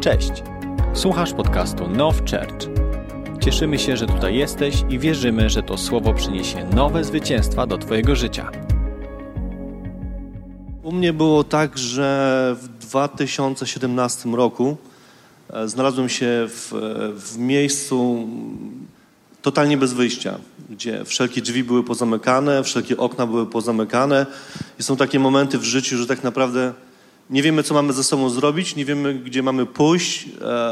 Cześć! Słuchasz podcastu Now Church. Cieszymy się, że tutaj jesteś i wierzymy, że to słowo przyniesie nowe zwycięstwa do Twojego życia. U mnie było tak, że w 2017 roku znalazłem się w miejscu totalnie bez wyjścia, gdzie wszelkie drzwi były pozamykane, wszelkie okna były pozamykane i są takie momenty w życiu, że tak naprawdę nie wiemy, co mamy ze sobą zrobić, nie wiemy, gdzie mamy pójść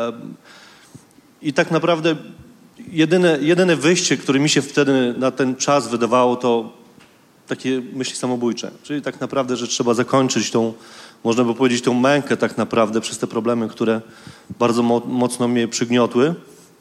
i tak naprawdę jedyne wyjście, które mi się wtedy na ten czas wydawało, to takie myśli samobójcze. Czyli tak naprawdę, że trzeba zakończyć tą, można by powiedzieć, tą mękę tak naprawdę przez te problemy, które bardzo mocno mnie przygniotły.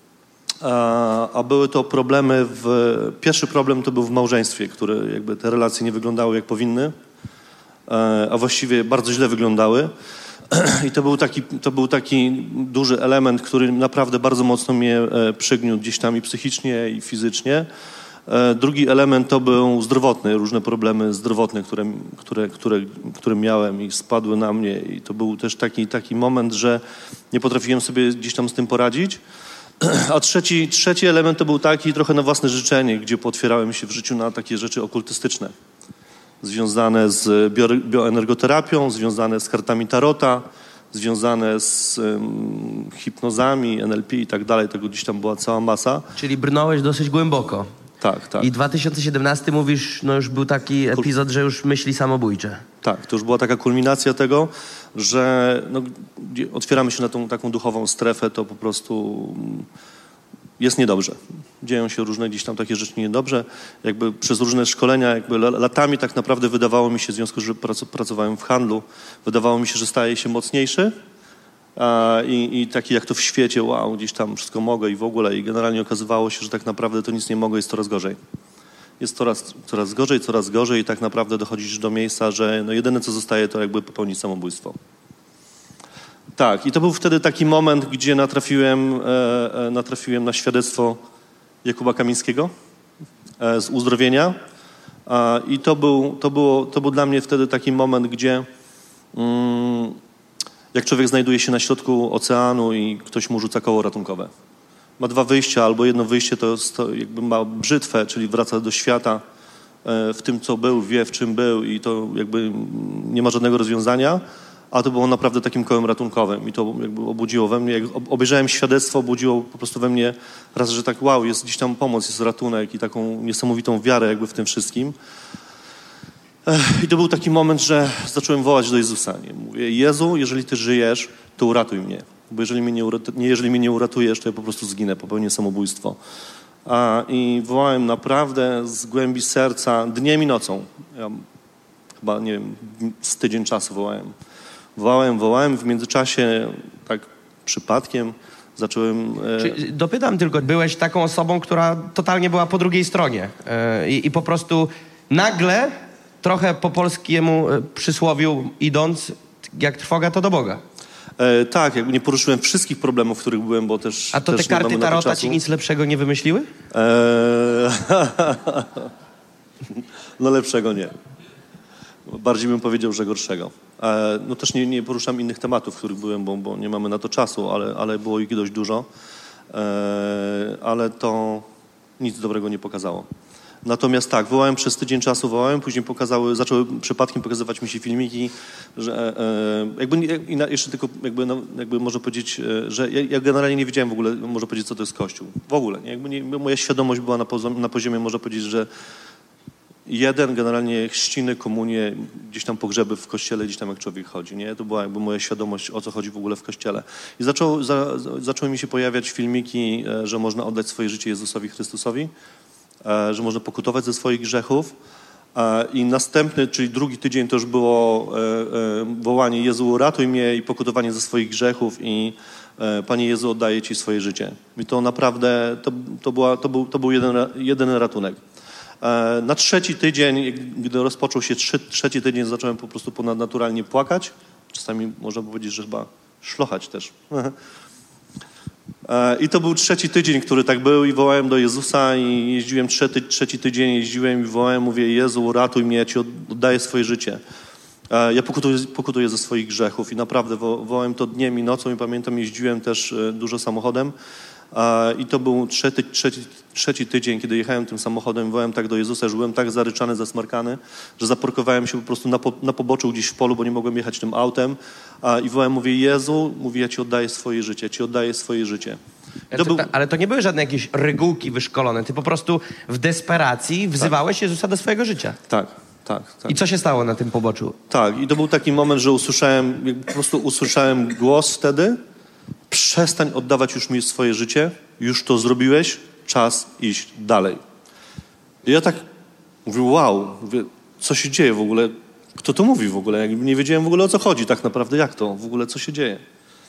A były to problemy pierwszy problem to był w małżeństwie, które jakby te relacje nie wyglądały jak powinny, a właściwie bardzo źle wyglądały. I to był taki duży element, który naprawdę bardzo mocno mnie przygniótł gdzieś tam i psychicznie, i fizycznie. Drugi element to był zdrowotny, różne problemy zdrowotne, które miałem i spadły na mnie. I to był też taki moment, że nie potrafiłem sobie gdzieś tam z tym poradzić. A trzeci element to był taki trochę na własne życzenie, gdzie pootwierałem się w życiu na takie rzeczy okultystyczne, związane z bioenergoterapią, związane z kartami tarota, związane z hipnozami, NLP i tak dalej. Tego gdzieś tam była cała masa. Czyli brnąłeś dosyć głęboko. Tak. I 2017 mówisz, no już był taki epizod, że już myśli samobójcze. Tak, to już była taka kulminacja tego, że otwieramy się na tą taką duchową strefę, to po prostu jest niedobrze. Dzieją się różne gdzieś tam takie rzeczy niedobrze. Jakby przez różne szkolenia, jakby latami tak naprawdę wydawało mi się, w związku z tym, że pracowałem w handlu, wydawało mi się, że staję się mocniejszy i taki jak to w świecie, wow, gdzieś tam wszystko mogę i w ogóle. I generalnie okazywało się, że tak naprawdę to nic nie mogę, jest coraz gorzej. Jest coraz gorzej i tak naprawdę dochodzisz do miejsca, że no jedyne co zostaje to jakby popełnić samobójstwo. Tak, i to był wtedy taki moment, gdzie natrafiłem na świadectwo Jakuba Kamińskiego z uzdrowienia. I to był dla mnie wtedy taki moment, gdzie jak człowiek znajduje się na środku oceanu i ktoś mu rzuca koło ratunkowe. Ma dwa wyjścia, albo jedno wyjście to jakby ma brzytwę, czyli wraca do świata w tym, co był, wie w czym był i to jakby nie ma żadnego rozwiązania, a to było naprawdę takim kołem ratunkowym i to jakby obudziło we mnie, jak obejrzałem świadectwo, obudziło po prostu we mnie raz, że tak wow, jest gdzieś tam pomoc, jest ratunek i taką niesamowitą wiarę jakby w tym wszystkim. I to był taki moment, że zacząłem wołać do Jezusa. Mówię, Jezu, jeżeli Ty żyjesz, to uratuj mnie. Bo jeżeli mnie nie uratujesz, to ja po prostu zginę, popełnię samobójstwo. I wołałem naprawdę z głębi serca, dniem i nocą. Ja chyba, nie wiem, z tydzień czasu wołałem. W międzyczasie tak przypadkiem zacząłem... Dopytam tylko, byłeś taką osobą, która totalnie była po drugiej stronie i po prostu nagle, trochę po polskiemu przysłowiu idąc, jak trwoga, to do Boga. Tak, jakby nie poruszyłem wszystkich problemów, w których byłem, bo też... A to też te karty tarota ci nic lepszego nie wymyśliły? No lepszego nie. Bardziej bym powiedział, że gorszego. No też nie poruszam innych tematów, w których byłem, bo nie mamy na to czasu, ale było ich dość dużo. Ale to nic dobrego nie pokazało. Natomiast tak, wołałem przez tydzień czasu, później zaczęły przypadkiem pokazywać mi się filmiki, że jeszcze tylko jakby można powiedzieć, że ja generalnie nie wiedziałem w ogóle, można powiedzieć, co to jest Kościół. W ogóle. Moja świadomość była na poziomie, można powiedzieć, że generalnie chrzciny, komunie, gdzieś tam pogrzeby w kościele, gdzieś tam jak człowiek chodzi, nie? To była jakby moja świadomość, o co chodzi w ogóle w kościele. I zaczęły mi się pojawiać filmiki, że można oddać swoje życie Jezusowi Chrystusowi, że można pokutować ze swoich grzechów. I następny, czyli drugi tydzień to już było wołanie Jezu, ratuj mnie i pokutowanie ze swoich grzechów i Panie Jezu, oddaję Ci swoje życie. I to naprawdę, to był jeden ratunek. Na trzeci tydzień, gdy rozpoczął się trzeci tydzień, zacząłem po prostu ponadnaturalnie płakać. Czasami można powiedzieć, że chyba szlochać też. I to był trzeci tydzień, który tak był i wołałem do Jezusa i jeździłem trzeci tydzień, jeździłem i wołałem, mówię, Jezu, ratuj mnie, ja Ci oddaję swoje życie. Ja pokutuję ze swoich grzechów i naprawdę wołałem to dniem i nocą i pamiętam, jeździłem też dużo samochodem i to był trzeci tydzień, kiedy jechałem tym samochodem, wołałem tak do Jezusa, że byłem tak zaryczany, zasmarkany, że zaparkowałem się po prostu na poboczu gdzieś w polu, bo nie mogłem jechać tym autem i wołałem, mówię, Jezu, mówię, ja Ci oddaję swoje życie, ja Ci oddaję swoje życie. Ale to nie były żadne jakieś regułki wyszkolone, ty po prostu w desperacji wzywałeś Jezusa do swojego życia. Tak. I co się stało na tym poboczu? Tak, i to był taki moment, że po prostu usłyszałem głos wtedy, przestań oddawać już mi swoje życie, już to zrobiłeś, czas iść dalej. I ja tak mówię, wow, co się dzieje w ogóle, kto to mówi w ogóle, nie wiedziałem w ogóle o co chodzi tak naprawdę, jak to, w ogóle co się dzieje.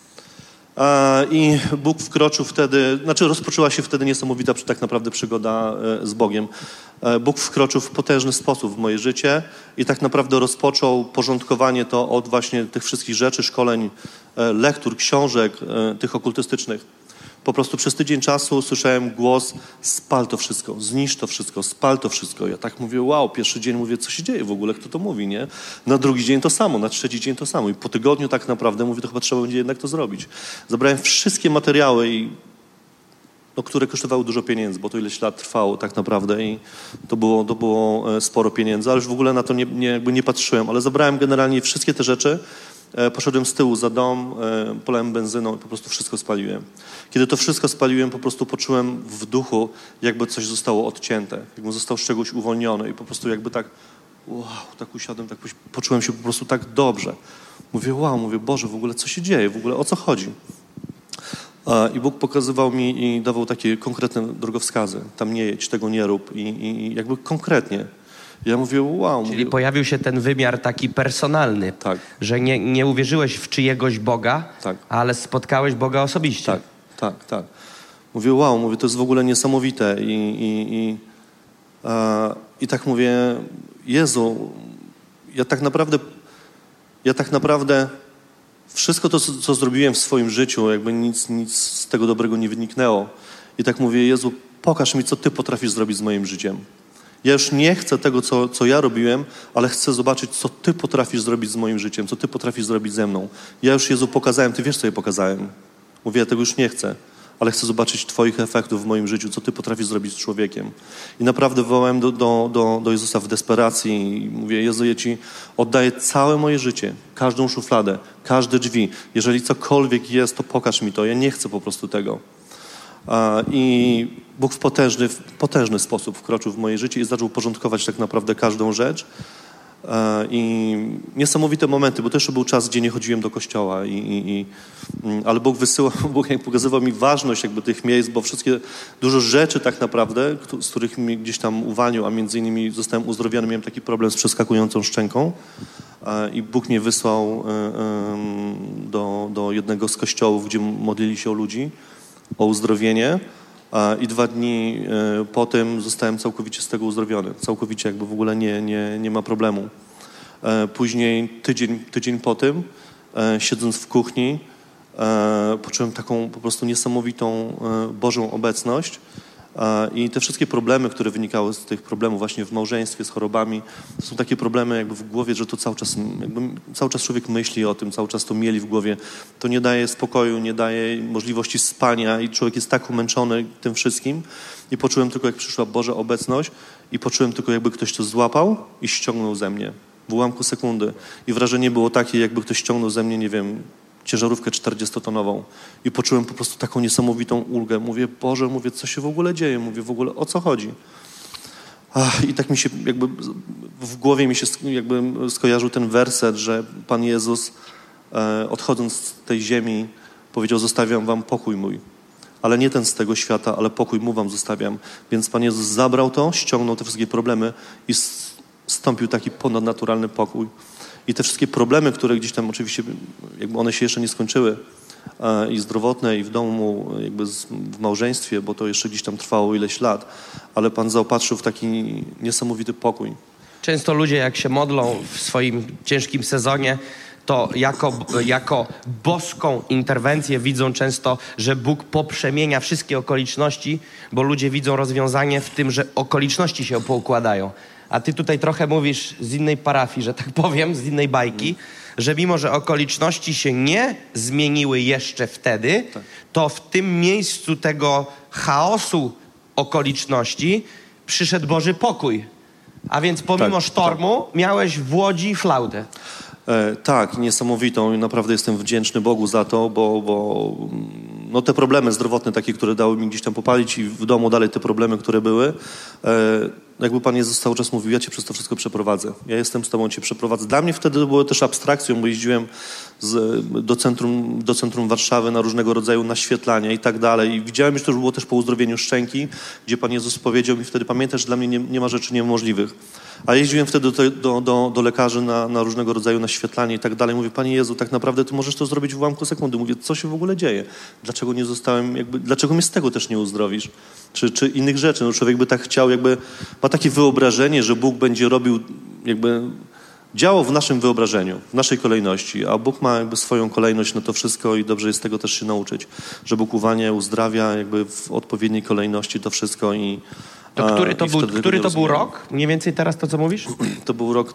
I Bóg wkroczył wtedy, rozpoczęła się wtedy niesamowita tak naprawdę przygoda z Bogiem. Bóg wkroczył w potężny sposób w moje życie i tak naprawdę rozpoczął porządkowanie to od właśnie tych wszystkich rzeczy, szkoleń, lektur, książek, tych okultystycznych. Po prostu przez tydzień czasu słyszałem głos, spal to wszystko, zniszcz to wszystko, spal to wszystko. Ja tak mówię, wow, pierwszy dzień mówię, co się dzieje w ogóle, kto to mówi, nie? Na drugi dzień to samo, na trzeci dzień to samo. I po tygodniu tak naprawdę mówię, to chyba trzeba będzie jednak to zrobić. Zabrałem wszystkie materiały, które kosztowały dużo pieniędzy, bo to ileś lat trwało tak naprawdę i to było sporo pieniędzy, ale już w ogóle na to nie patrzyłem, ale zabrałem generalnie wszystkie te rzeczy. Poszedłem z tyłu za dom, polałem benzyną i po prostu wszystko spaliłem. Kiedy to wszystko spaliłem, po prostu poczułem w duchu, jakby coś zostało odcięte, jakbym został z czegoś uwolniony i po prostu jakby tak, wow, tak usiadłem, tak poczułem się po prostu tak dobrze. Mówię, wow, mówię, Boże, w ogóle co się dzieje, w ogóle o co chodzi? I Bóg pokazywał mi i dawał takie konkretne drogowskazy. Tam nie jedź, tego nie rób i jakby konkretnie. Ja mówię, wow. Czyli pojawił się ten wymiar taki personalny, tak. Że nie uwierzyłeś w czyjegoś Boga, tak. ale spotkałeś Boga osobiście. Tak. Mówię, wow, mówię, to jest w ogóle niesamowite i tak mówię, Jezu, ja tak naprawdę wszystko to, co zrobiłem w swoim życiu, jakby nic z tego dobrego nie wyniknęło. I tak mówię, Jezu, pokaż mi, co Ty potrafisz zrobić z moim życiem. Ja już nie chcę tego, co ja robiłem, ale chcę zobaczyć, co Ty potrafisz zrobić z moim życiem, co Ty potrafisz zrobić ze mną. Ja już, Jezu, pokazałem, Ty wiesz, co ja pokazałem. Mówię, ja tego już nie chcę, ale chcę zobaczyć Twoich efektów w moim życiu, co Ty potrafisz zrobić z człowiekiem. I naprawdę wołałem do Jezusa w desperacji i mówię, Jezu, ja Ci oddaję całe moje życie, każdą szufladę, każde drzwi. Jeżeli cokolwiek jest, to pokaż mi to. Ja nie chcę po prostu tego. I Bóg w potężny sposób wkroczył w moje życie i zaczął porządkować tak naprawdę każdą rzecz. I niesamowite momenty, bo to jeszcze był czas, gdzie nie chodziłem do kościoła, ale Bóg pokazywał mi ważność jakby tych miejsc, bo dużo rzeczy tak naprawdę, z których mnie gdzieś tam uwalniał, a między innymi zostałem uzdrowiony, miałem taki problem z przeskakującą szczęką i Bóg mnie wysłał do jednego z kościołów, gdzie modlili się o ludzi, o uzdrowienie i 2 dni po tym zostałem całkowicie z tego uzdrowiony. Całkowicie jakby w ogóle nie ma problemu. Później tydzień po tym, siedząc w kuchni, poczułem taką po prostu niesamowitą Bożą obecność i te wszystkie problemy, które wynikały z tych problemów właśnie w małżeństwie, z chorobami, to są takie problemy jakby w głowie, że to cały czas człowiek myśli o tym, cały czas to mieli w głowie. To nie daje spokoju, nie daje możliwości spania i człowiek jest tak umęczony tym wszystkim. I poczułem tylko, jak przyszła Boża obecność i poczułem tylko, jakby ktoś to złapał i ściągnął ze mnie w ułamku sekundy. I wrażenie było takie, jakby ktoś ściągnął ze mnie, nie wiem, ciężarówkę 40-tonową i poczułem po prostu taką niesamowitą ulgę. Mówię, Boże, mówię, co się w ogóle dzieje? Mówię, w ogóle o co chodzi? I tak mi się jakby w głowie mi się jakby skojarzył ten werset, że Pan Jezus odchodząc z tej ziemi powiedział, zostawiam wam pokój mój. Ale nie ten z tego świata, ale pokój mu wam zostawiam. Więc Pan Jezus zabrał to, ściągnął te wszystkie problemy i zstąpił taki ponadnaturalny pokój. I te wszystkie problemy, które gdzieś tam oczywiście, jakby one się jeszcze nie skończyły, i zdrowotne, i w domu, jakby w małżeństwie, bo to jeszcze gdzieś tam trwało ileś lat, ale Pan zaopatrzył w taki niesamowity pokój. Często ludzie, jak się modlą w swoim ciężkim sezonie, to jako boską interwencję widzą często, że Bóg poprzemienia wszystkie okoliczności, bo ludzie widzą rozwiązanie w tym, że okoliczności się poukładają. a ty tutaj trochę mówisz z innej parafii, że tak powiem, z innej bajki, że mimo, że okoliczności się nie zmieniły jeszcze wtedy, to w tym miejscu tego chaosu okoliczności przyszedł Boży pokój. A więc pomimo sztormu miałeś w Łodzi flautę. Tak, niesamowitą i naprawdę jestem wdzięczny Bogu za to, bo no te problemy zdrowotne takie, które dały mi gdzieś tam popalić i w domu dalej te problemy, które były, jakby Pan Jezus cały czas mówił, ja Cię przez to wszystko przeprowadzę. Ja jestem z Tobą, Cię przeprowadzę. Dla mnie wtedy było też abstrakcją, bo jeździłem do centrum Warszawy na różnego rodzaju naświetlania i tak dalej. I widziałem, że to już było też po uzdrowieniu szczęki, gdzie Pan Jezus powiedział mi wtedy, pamiętaj, że dla mnie nie ma rzeczy niemożliwych. A jeździłem wtedy do lekarzy na różnego rodzaju naświetlanie i tak dalej. Mówię, Panie Jezu, tak naprawdę Ty możesz to zrobić w ułamku sekundy. Mówię, co się w ogóle dzieje? Dlaczego nie zostałem, dlaczego mnie z tego też nie uzdrowisz? Czy innych rzeczy? No człowiek by tak chciał, ma takie wyobrażenie, że Bóg będzie robił, działał w naszym wyobrażeniu, w naszej kolejności, a Bóg ma swoją kolejność na to wszystko i dobrze jest tego też się nauczyć, że Bóg uwalnia, uzdrawia w odpowiedniej kolejności to wszystko i to który to był rok? Mniej więcej teraz to, co mówisz? To był rok,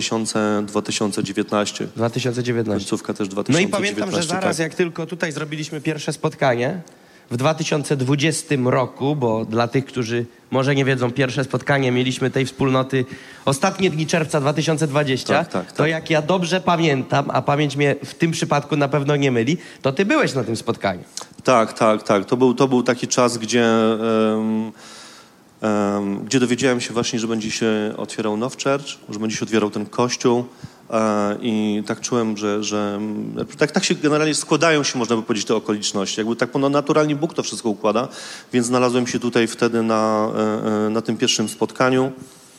2019. 2019. Końcówka też 2019. No i pamiętam, że zaraz jak tylko tutaj zrobiliśmy pierwsze spotkanie, w 2020 roku, bo dla tych, którzy może nie wiedzą, pierwsze spotkanie mieliśmy tej wspólnoty ostatnie dni czerwca 2020, to jak ja dobrze pamiętam, a pamięć mnie w tym przypadku na pewno nie myli, to ty byłeś na tym spotkaniu. Tak. To był taki czas, gdzie dowiedziałem się właśnie, że będzie się otwierał Now Church, że będzie się otwierał ten kościół i tak czułem, że tak się generalnie składają się, można by powiedzieć, te okoliczności. Tak naturalnie Bóg to wszystko układa, więc znalazłem się tutaj wtedy na tym pierwszym spotkaniu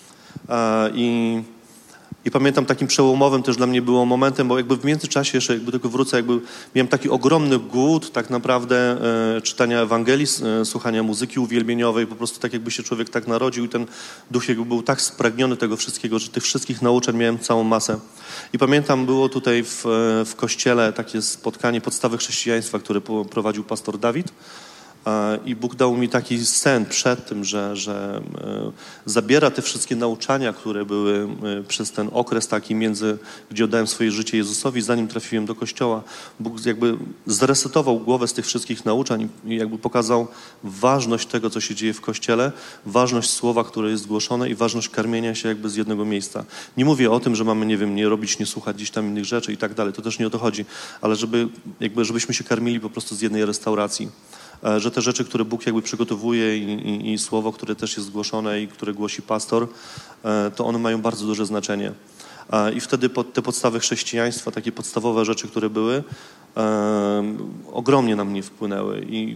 i pamiętam takim przełomowym też dla mnie było momentem, bo w międzyczasie jeszcze tylko wrócę, miałem taki ogromny głód tak naprawdę czytania Ewangelii, słuchania muzyki uwielbieniowej, po prostu tak jakby się człowiek tak narodził i ten duch był tak spragniony tego wszystkiego, że tych wszystkich nauczeń miałem całą masę. I pamiętam, było tutaj w kościele takie spotkanie podstawy chrześcijaństwa, które prowadził pastor Dawid. I Bóg dał mi taki sen przed tym, że zabiera te wszystkie nauczania, które były przez ten okres taki gdzie oddałem swoje życie Jezusowi, zanim trafiłem do kościoła. Bóg zresetował głowę z tych wszystkich nauczań i pokazał ważność tego, co się dzieje w kościele, ważność słowa, które jest głoszone i ważność karmienia się z jednego miejsca. Nie mówię o tym, że mamy, nie robić, nie słuchać gdzieś tam innych rzeczy i tak dalej. To też nie o to chodzi, ale żebyśmy się karmili po prostu z jednej restauracji. Że te rzeczy, które Bóg przygotowuje i słowo, które też jest zgłoszone i które głosi pastor, to one mają bardzo duże znaczenie. I wtedy te podstawy chrześcijaństwa, takie podstawowe rzeczy, które były, ogromnie na mnie wpłynęły. I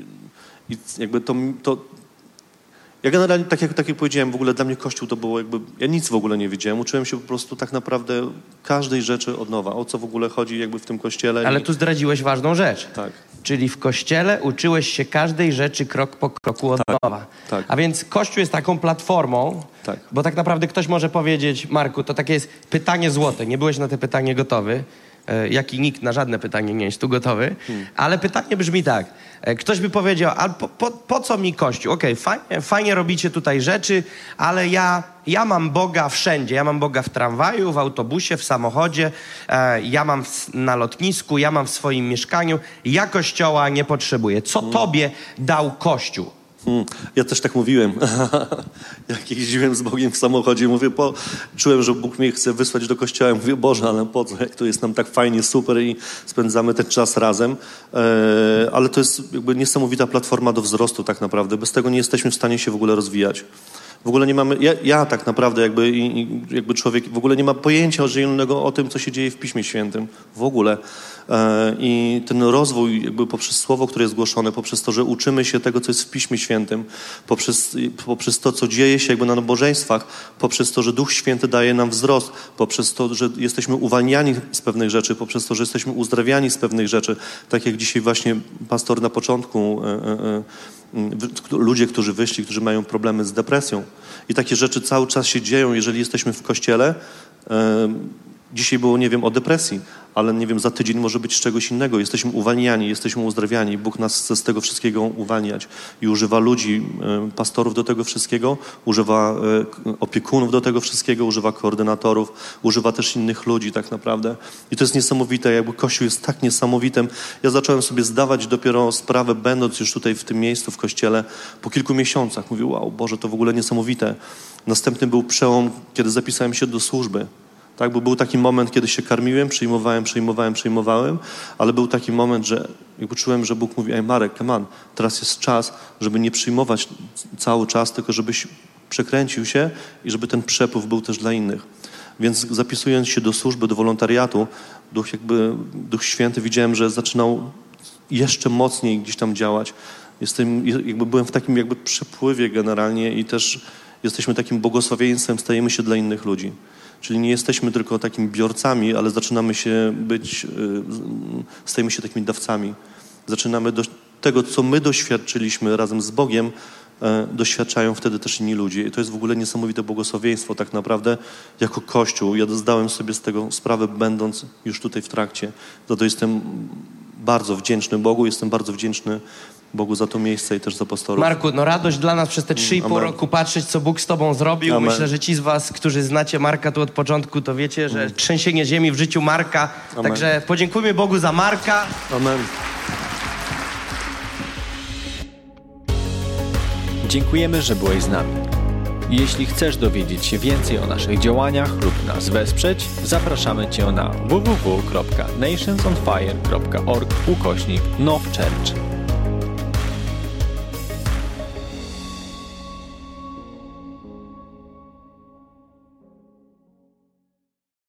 ja generalnie, tak jak powiedziałem, w ogóle dla mnie Kościół to było ja nic w ogóle nie wiedziałem. Uczyłem się po prostu tak naprawdę każdej rzeczy od nowa. O co w ogóle chodzi w tym Kościele. Ale tu zdradziłeś ważną rzecz. Tak. Czyli w Kościele uczyłeś się każdej rzeczy krok po kroku od nowa. Tak. A więc Kościół jest taką platformą, bo tak naprawdę ktoś może powiedzieć, Marku, to takie jest pytanie złote. Nie byłeś na te pytanie gotowy. Jak i nikt na żadne pytanie nie jest tu gotowy, ale pytanie brzmi tak. Ktoś by powiedział, a po co mi Kościół? Okej, fajnie robicie tutaj rzeczy, ale ja mam Boga wszędzie. Ja mam Boga w tramwaju, w autobusie, w samochodzie, ja mam na lotnisku, ja mam w swoim mieszkaniu. Ja Kościoła nie potrzebuję. Co tobie dał Kościół? Ja też tak mówiłem. Jak jeździłem z Bogiem w samochodzie, czułem, że Bóg mnie chce wysłać do kościoła. Mówię, Boże, ale po co? Jak to jest nam tak fajnie, super i spędzamy ten czas razem. Ale to jest niesamowita platforma do wzrostu tak naprawdę. Bez tego nie jesteśmy w stanie się w ogóle rozwijać. W ogóle nie mamy, ja tak naprawdę człowiek w ogóle nie ma pojęcia zielonego o tym, co się dzieje w Piśmie Świętym. W ogóle. I ten rozwój poprzez słowo, które jest głoszone, poprzez to, że uczymy się tego, co jest w Piśmie Świętym, poprzez to, co dzieje się na nabożeństwach, poprzez to, że Duch Święty daje nam wzrost, poprzez to, że jesteśmy uwalniani z pewnych rzeczy, poprzez to, że jesteśmy uzdrawiani z pewnych rzeczy. Tak jak dzisiaj właśnie pastor na początku, ludzie, którzy wyszli, którzy mają problemy z depresją. I takie rzeczy cały czas się dzieją, jeżeli jesteśmy w kościele. Dzisiaj było, nie wiem, o depresji, ale nie wiem, za tydzień może być czegoś innego. Jesteśmy uwalniani, jesteśmy uzdrawiani. Bóg nas chce z tego wszystkiego uwalniać i używa ludzi, pastorów do tego wszystkiego, używa opiekunów do tego wszystkiego, używa koordynatorów, używa też innych ludzi tak naprawdę. I to jest niesamowite, jakby Kościół jest tak niesamowitym. Ja zacząłem sobie zdawać dopiero sprawę, będąc już tutaj w tym miejscu, w Kościele, po kilku miesiącach. Mówię, wow, Boże, to w ogóle niesamowite. Następny był przełom, kiedy zapisałem się do służby. Tak, bo był taki moment, kiedy się karmiłem, przyjmowałem, ale był taki moment, że jakby czułem, że Bóg mówi, ej Marek, come on, teraz jest czas, żeby nie przyjmować cały czas, tylko żebyś przekręcił się i żeby ten przepływ był też dla innych. Więc zapisując się do służby, do wolontariatu, Duch Święty widziałem, że zaczynał jeszcze mocniej gdzieś tam działać. Byłem w takim jakby przepływie generalnie i też jesteśmy takim błogosławieństwem, stajemy się dla innych ludzi. Czyli nie jesteśmy tylko takimi biorcami, ale stajemy się takimi dawcami. Zaczynamy tego, co my doświadczyliśmy razem z Bogiem, doświadczają wtedy też inni ludzie. I to jest w ogóle niesamowite błogosławieństwo tak naprawdę jako Kościół. Ja zdałem sobie z tego sprawę, będąc już tutaj w trakcie. Za to jestem bardzo wdzięczny Bogu, jestem bardzo wdzięczny Bogu za to miejsce i też za pastorów. Marku, radość dla nas przez te 3,5 roku patrzeć, co Bóg z tobą zrobił. Amen. Myślę, że ci z was, którzy znacie Marka tu od początku, to wiecie, że trzęsienie ziemi w życiu Marka. Amen. Także podziękujmy Bogu za Marka. Amen. Dziękujemy, że byłeś z nami. Jeśli chcesz dowiedzieć się więcej o naszych działaniach lub nas wesprzeć, zapraszamy Cię na www.nationsonfire.org/nowchurch.